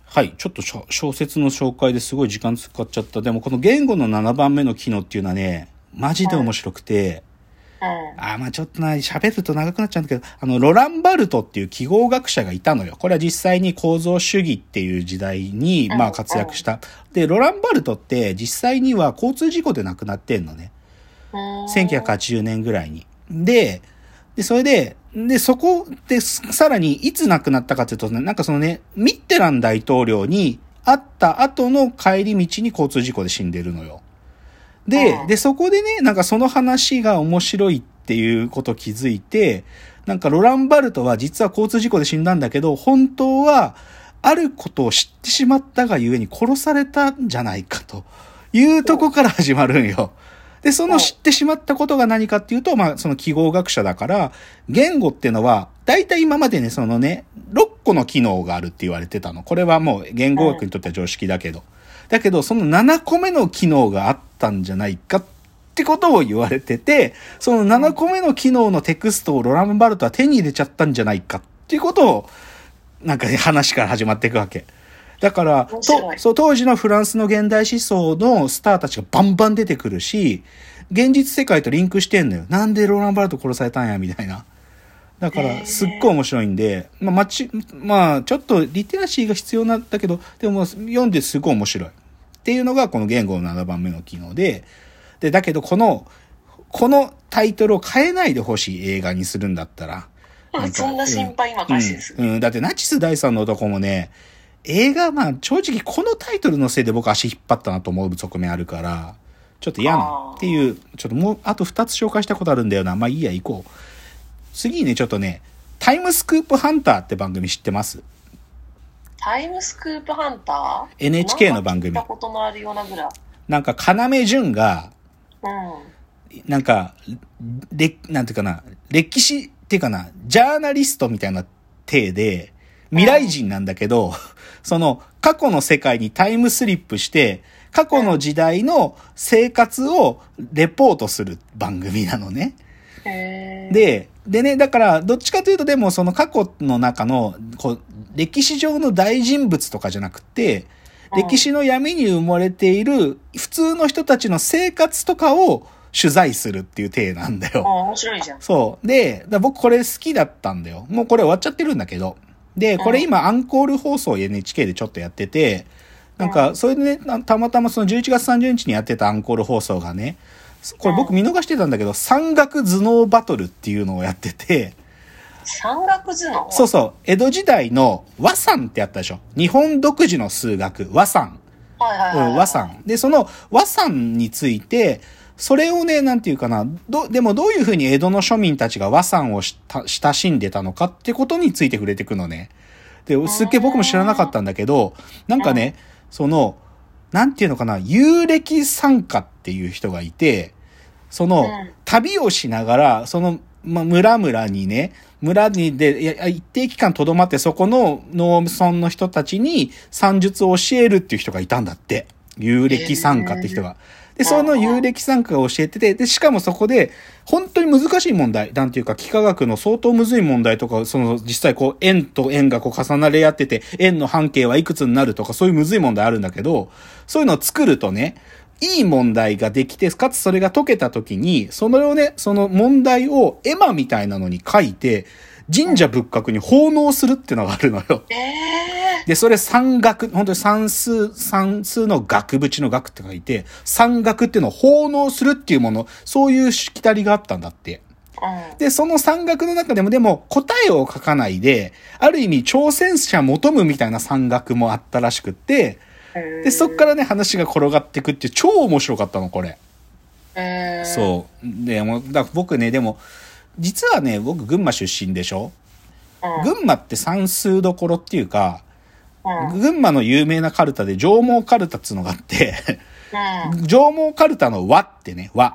はい、ちょっと小説の紹介ですごい時間使っちゃった。でもこの言語の7番目の機能っていうのはね、マジで面白くて、まあちょっと喋ると長くなっちゃうんだけど、ロランバルトっていう記号学者がいたのよ。これは実際に構造主義っていう時代に、まあ活躍した。で、ロランバルトって実際には交通事故で亡くなってんのね。1980年ぐらいに。で、それで、そこで、さらにいつ亡くなったかというと、なんかそのね、ミッテラン大統領に会った後の帰り道に交通事故で死んでるのよ。で、そこでね、なんかその話が面白いっていうことを気づいて、なんかロランバルトは実は交通事故で死んだんだけど、本当はあることを知ってしまったがゆえに殺されたんじゃないかというとこから始まるんよ。で、その知ってしまったことが何かっていうと、まあ、その記号学者だから、言語っていうのは、だいたい今までね、そのね、6個の機能があるって言われてたの。これはもう言語学にとっては常識だけど。だけど、その7個目の機能があったんじゃないかってことを言われてて、その7個目の機能のテクストをロランバルトは手に入れちゃったんじゃないかっていうことを、なんかね、話から始まっていくわけ。だから、当時のフランスの現代思想のスターたちがバンバン出てくるし、現実世界とリンクしてんのよ。なんでローランバルト殺されたんや、みたいな。だから、すっごい面白いんで、まあ、ちょっとリテラシーが必要なんだけど、でも読んですごい面白い。っていうのがこの言語の7番目の機能で、だけどこのタイトルを変えないでほしい映画にするんだったら。 そんな心配今開始です。 だってナチス第三の男もね、映画正直このタイトルのせいで僕足引っ張ったなと思う側面あるから、ちょっと嫌なっていう、ちょっともうあと2つ紹介したことあるんだよな。まあいいや、行こう。次ね、ちょっとね、タイムスクープハンターって番組知ってます？ タイムスクープハンター？ NHK の番組。 聞いたことのあるようなぐらい。 なんか、要潤が、なんか、なんていうかな、歴史っていうかな、ジャーナリストみたいな体で、未来人なんだけど、その過去の世界にタイムスリップして、過去の時代の生活をレポートする番組なのね。でね、だからどっちかというとでもその過去の中の歴史上の大人物とかじゃなくて、歴史の闇に埋もれている普通の人たちの生活とかを取材するっていう体なんだよ。 面白いじゃん。 そう。で、僕これ好きだったんだよ。もうこれ終わっちゃってるんだけど。で、これ今アンコール放送 NHK でちょっとやってて、なんか、それでね、たまたまその11月30日にやってたアンコール放送がね、これ僕見逃してたんだけど、山岳頭脳バトルっていうのをやってて、 山岳頭脳？ そうそう、江戸時代の和算ってあったでしょ。日本独自の数学、和算。和算。で、その和算について、それをね、なんていうかな、でもどういうふうに江戸の庶民たちが和算を親しんでたのかってことについて触れていくのね。で、すっげえ僕も知らなかったんだけど、なんかね、なんていうのかな、遊歴参加っていう人がいて、旅をしながら、村にね、一定期間留まって、そこの農村の人たちに算術を教えるっていう人がいたんだって。遊歴参加って人が。で、その遊歴参加が教えてて、で、しかもそこで、本当に難しい問題、なんていうか、幾何学の相当むずい問題とか、実際円と円が重なり合ってて、円の半径はいくつになるとか、そういうむずい問題あるんだけど、そういうのを作るとね、いい問題ができて、かつそれが解けた時に、その問題を絵馬みたいなのに書いて、神社仏閣に奉納するっていうのがあるのよ。で、それ算学、本当に算数の学部地の学って書いて、算学っていうのを奉納するっていうもの、そういうしきたりがあったんだって。で、その算学の中でも答えを書かないで、ある意味挑戦者求むみたいな算学もあったらしくって、で、そっからね、話が転がっていくっていう超面白かったの、これ。そう。で、僕ね、でも、実はね、僕群馬出身でしょ？群馬って算数どころっていうか、群馬の有名なカルタで上毛カルタっつうのがあって、上毛カルタの和ってね、和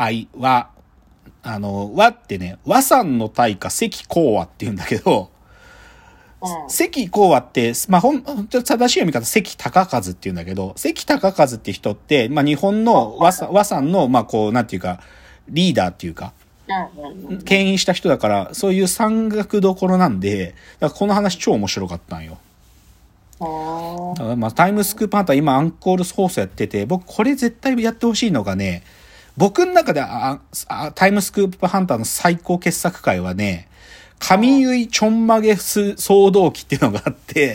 ってね、和算の大家関光和って言うんだけど、関光和って、正しい読み方関高和って言うんだけど、関高和って人って、日本の和算の、なんていうか、リーダーっていうか、牽引した人だから、そういう山岳どころなんで、だからこの話超面白かったんよ。 だからまあタイムスクープハンター今アンコール放送やってて、僕これ絶対やってほしいのがね、僕の中でタイムスクープハンターの最高傑作回はね、神結ちょんまげ騒動記っていうのがあって、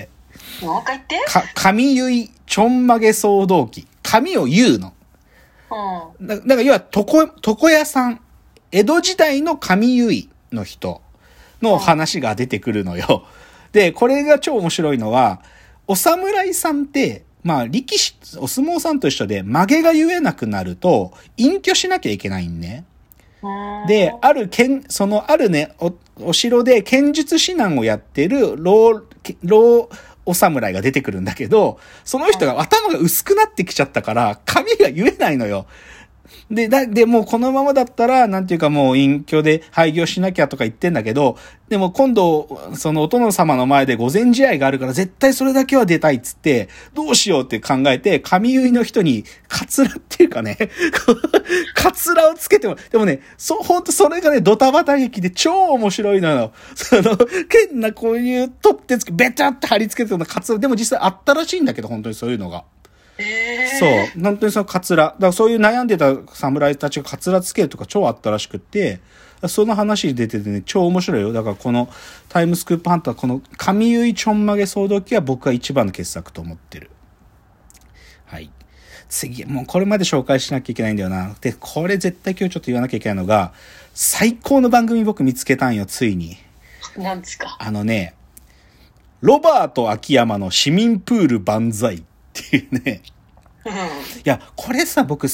もう一回言って。 神結ちょんまげ騒動記。神を言うの。だから要は床屋さん、江戸時代の神結の人の話が出てくるのよ。で、これが超面白いのは、お侍さんって、まあ力士、お相撲さんと一緒で曲げが言えなくなると隠居しなきゃいけないんね。で、あるね、お城で剣術指南をやってる老お侍が出てくるんだけど、その人が頭が薄くなってきちゃったから、髪が言えないのよ。で、もうこのままだったら、なんていうかもう隠居で廃業しなきゃとか言ってんだけど、でも今度、そのお殿様の前で御前試合があるから絶対それだけは出たいっつって、どうしようって考えて、髪結いの人に、カツラっていうかね、カツラをつけても、でもね、ほんとそれがね、ドタバタ劇で超面白いのよ。変なこういう取ってベタって貼り付けてるようなカツラ、でも実際あったらしいんだけど、本当にそういうのが。そう。本当にそのカツラ。だからそういう悩んでた侍たちがカツラつけるとか超あったらしくって、その話に出ててね、超面白いよ。だからこのタイムスクープハンター、この神結ちょんまげ騒動記は僕は一番の傑作と思ってる。はい。次、もうこれまで紹介しなきゃいけないんだよな。で、これ絶対今日ちょっと言わなきゃいけないのが、最高の番組僕見つけたんよ、ついに。 何ですか？ ロバート秋山の市民プール万歳っていうね。いや、これさ、僕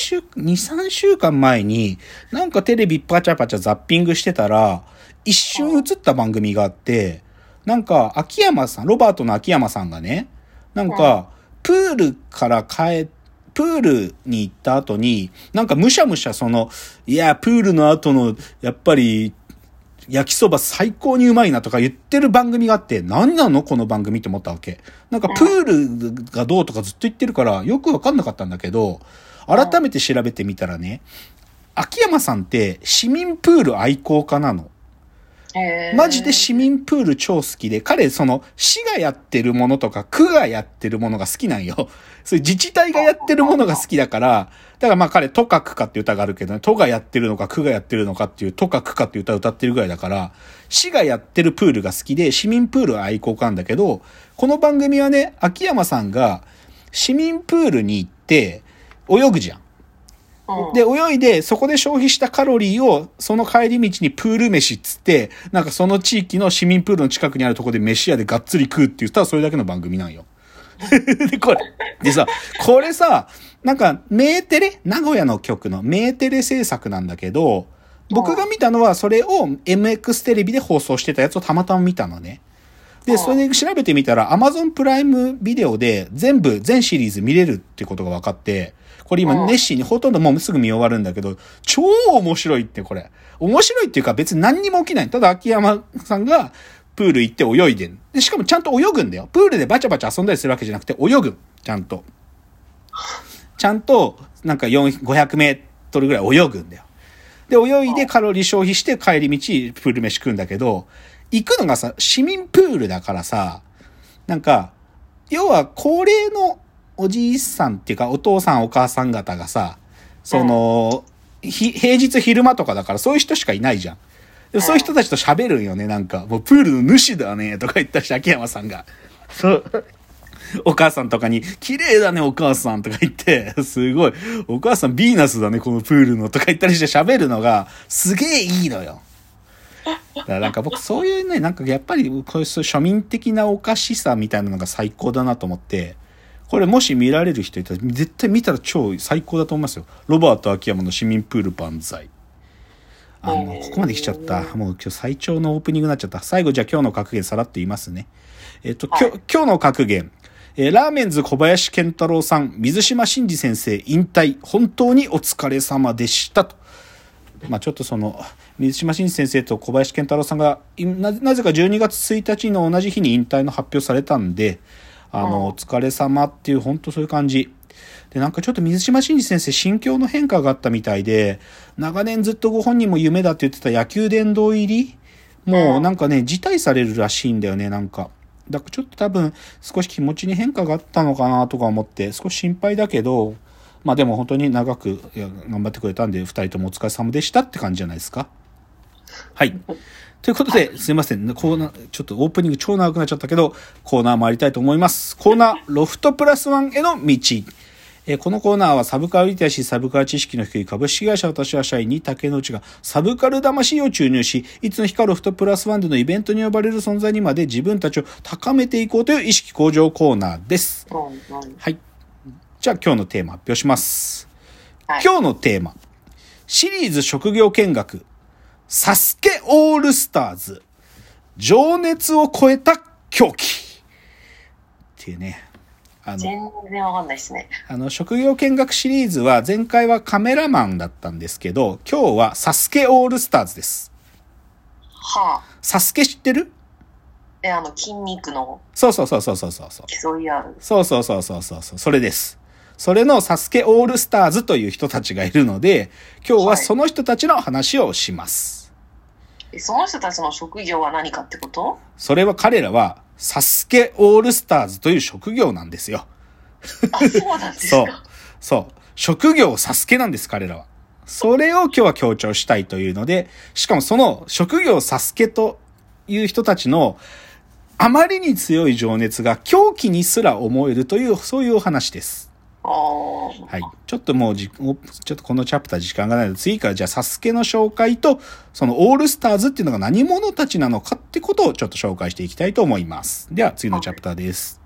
2、3週間前に、なんかテレビパチャパチャザッピングしてたら、一瞬映った番組があって、なんか、ロバートの秋山さんがね、なんか、プールに行った後に、なんかむしゃむしゃいや、プールの後の、やっぱり、焼きそば最高にうまいなとか言ってる番組があって、何なのこの番組って思ったわけ。なんかプールがどうとかずっと言ってるからよくわかんなかったんだけど、改めて調べてみたらね、秋山さんって市民プール愛好家なの。マジで市民プール超好きで、彼市がやってるものとか区がやってるものが好きなんよ。そういう自治体がやってるものが好きだから、だからまあ彼都か区かって歌があるけどね、都がやってるのか区がやってるのかっていう都か区かって歌を歌ってるぐらいだから、市がやってるプールが好きで市民プール愛好家なんだけど、この番組はね、秋山さんが市民プールに行って泳ぐじゃん。で、泳いで、そこで消費したカロリーを、その帰り道にプール飯っつって、なんかその地域の市民プールの近くにあるところで飯屋でがっつり食うっていう、ただそれだけの番組なんよ。これさ、なんか、名古屋の局の名テレ制作なんだけど、僕が見たのはそれを MX テレビで放送してたやつをたまたま見たのね。で、それで調べてみたら Amazon プライムビデオで全シリーズ見れるってことが分かって、これ今熱心にほとんどもうすぐ見終わるんだけど、超面白いってこれ。面白いっていうか別に何にも起きない。ただ秋山さんがプール行って泳いでん。で、しかもちゃんと泳ぐんだよ。プールでバチャバチャ遊んだりするわけじゃなくて泳ぐ。ちゃんと、なんか500メートルぐらい泳ぐんだよ。で、泳いでカロリー消費して帰り道プール飯食うんだけど、行くのがさ、市民プールだからさ、なんか、要は高齢のおじいさんっていうかお父さんお母さん方がさ、平日昼間とかだからそういう人しかいないじゃん。でもそういう人たちと喋るんよね、なんか。もうプールの主だね、とか言ったし、秋山さんが。そう。お母さんとかに、綺麗だね、お母さんとか言って、すごい、お母さんヴィーナスだね、このプールのとか言ったりして喋るのが、すげえいいのよ。だからなんか僕そういうね、なんかやっぱりこういう庶民的なおかしさみたいなのが最高だなと思って、これもし見られる人いたら絶対見たら超最高だと思いますよ。ロバート秋山の市民プール万歳。ここまで来ちゃった。もう今日最長のオープニングになっちゃった。最後じゃあ今日の格言さらっと言いますね。今日の格言。ラーメンズ小林健太郎さん、水島新司先生引退、本当にお疲れ様でしたと。まあちょっと水島新司先生と小林健太郎さんがなぜか12月1日の同じ日に引退の発表されたんで、お疲れ様っていう本当そういう感じ。で、なんかちょっと水島新司先生心境の変化があったみたいで、長年ずっとご本人も夢だって言ってた野球殿堂入りもうなんかね、辞退されるらしいんだよね、なんか。 だからちょっと多分少し気持ちに変化があったのかなとか思って少し心配だけど、まあでも本当に長く頑張ってくれたんで、2人ともお疲れ様でしたって感じじゃないですか。はい。ということで、すいません。コーナー、ちょっとオープニング超長くなっちゃったけど、コーナー参りたいと思います。コーナー、ロフトプラスワンへの道。このコーナーはサブカルリテラシー、サブカル知識の低い株式会社私は社員に竹之内がサブカル魂を注入し、いつの日かロフトプラスワンでのイベントに呼ばれる存在にまで自分たちを高めていこうという意識向上コーナーです。はい。じゃあ今日のテーマ発表します。はい、今日のテーマ。シリーズ職業見学。サスケオールスターズ。情熱を超えた狂気。っていうね。 全然わかんないですね。 職業見学シリーズは前回はカメラマンだったんですけど、今日はサスケオールスターズです。 はあ。 サスケ知ってる？ 筋肉の。 そう。 競い合う。 そう。それです。それのサスケオールスターズという人たちがいるので、今日はその人たちの話をします。 はい、その人たちの職業は何かってこと？ それは彼らは、サスケオールスターズという職業なんですよ。 あ、そうなんですか。 そう。職業サスケなんです、彼らは。それを今日は強調したいというので、しかもその職業サスケという人たちのあまりに強い情熱が狂気にすら思えるという、そういうお話です。はい。ちょっともうちょっとこのチャプター時間がないので、次からじゃあサスケの紹介と、そのオールスターズっていうのが何者たちなのかってことをちょっと紹介していきたいと思います。では次のチャプターです。